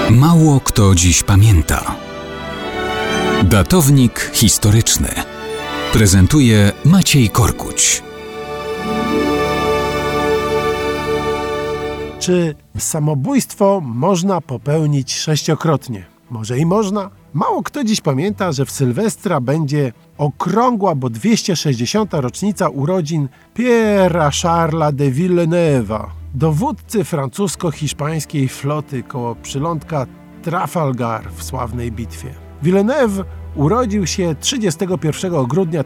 Mało kto dziś pamięta. Datownik historyczny prezentuje Maciej Korkuć. Czy samobójstwo można popełnić 6-krotnie? Może i można. Mało kto dziś pamięta, że w Sylwestra będzie okrągła, bo 260. rocznica urodzin Pierre'a Charlesa de Villeneuve'a, dowódcy francusko-hiszpańskiej floty koło przylądka Trafalgar w sławnej bitwie. Villeneuve urodził się 31 grudnia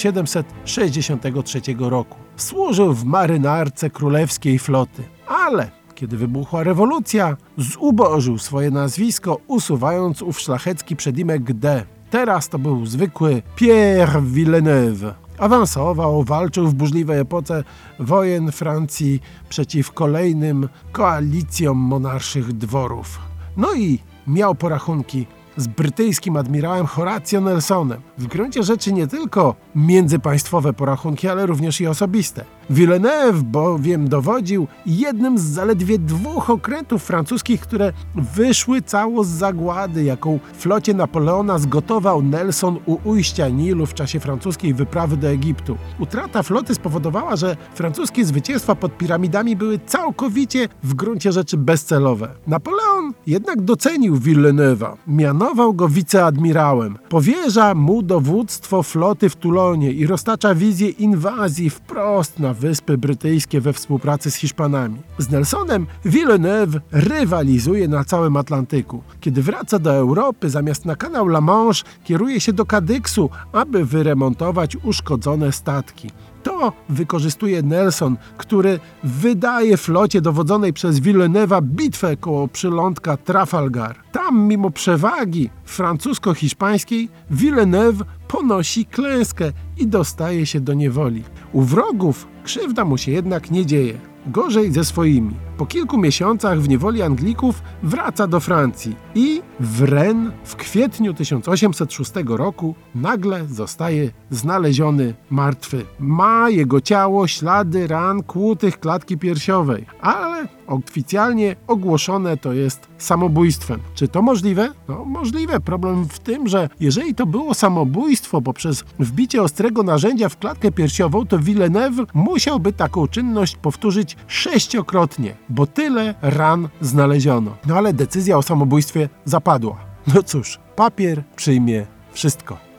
1763 roku. Służył w marynarce królewskiej floty, ale kiedy wybuchła rewolucja, zubożył swoje nazwisko, usuwając ów szlachecki przedimek D. Teraz to był zwykły Pierre Villeneuve. Awansował, walczył w burzliwej epoce wojen Francji przeciw kolejnym koalicjom monarszych dworów. No i miał porachunki z brytyjskim admirałem Horatio Nelsonem. W gruncie rzeczy nie tylko międzypaństwowe porachunki, ale również i osobiste. Villeneuve bowiem dowodził jednym z zaledwie 2 okrętów francuskich, które wyszły cało z zagłady, jaką flocie Napoleona zgotował Nelson u ujścia Nilu w czasie francuskiej wyprawy do Egiptu. Utrata floty spowodowała, że francuskie zwycięstwa pod piramidami były całkowicie w gruncie rzeczy bezcelowe. Napoleon jednak docenił Villeneuve'a, mianował go wiceadmirałem, powierza mu dowództwo floty w Toulonie i roztacza wizję inwazji wprost na Wyspy Brytyjskie we współpracy z Hiszpanami. Z Nelsonem Villeneuve rywalizuje na całym Atlantyku. Kiedy wraca do Europy, zamiast na kanał La Manche kieruje się do Kadyksu, aby wyremontować uszkodzone statki. To wykorzystuje Nelson, który wydaje flocie dowodzonej przez Villeneuve'a bitwę koło przylądka Trafalgar. Tam, mimo przewagi francusko-hiszpańskiej, Villeneuve ponosi klęskę i dostaje się do niewoli. U wrogów krzywda mu się jednak nie dzieje. Gorzej ze swoimi. Po kilku miesiącach w niewoli Anglików wraca do Francji i w Rennes w kwietniu 1806 roku nagle zostaje znaleziony martwy. Ma jego ciało ślady ran kłutych klatki piersiowej, ale oficjalnie ogłoszone to jest samobójstwem. Czy to możliwe? No możliwe. Problem w tym, że jeżeli to było samobójstwo poprzez wbicie ostrego narzędzia w klatkę piersiową, to Villeneuve musiałby taką czynność powtórzyć 6-krotnie, bo tyle ran znaleziono. No ale decyzja o samobójstwie zapadła. No cóż, papier przyjmie wszystko.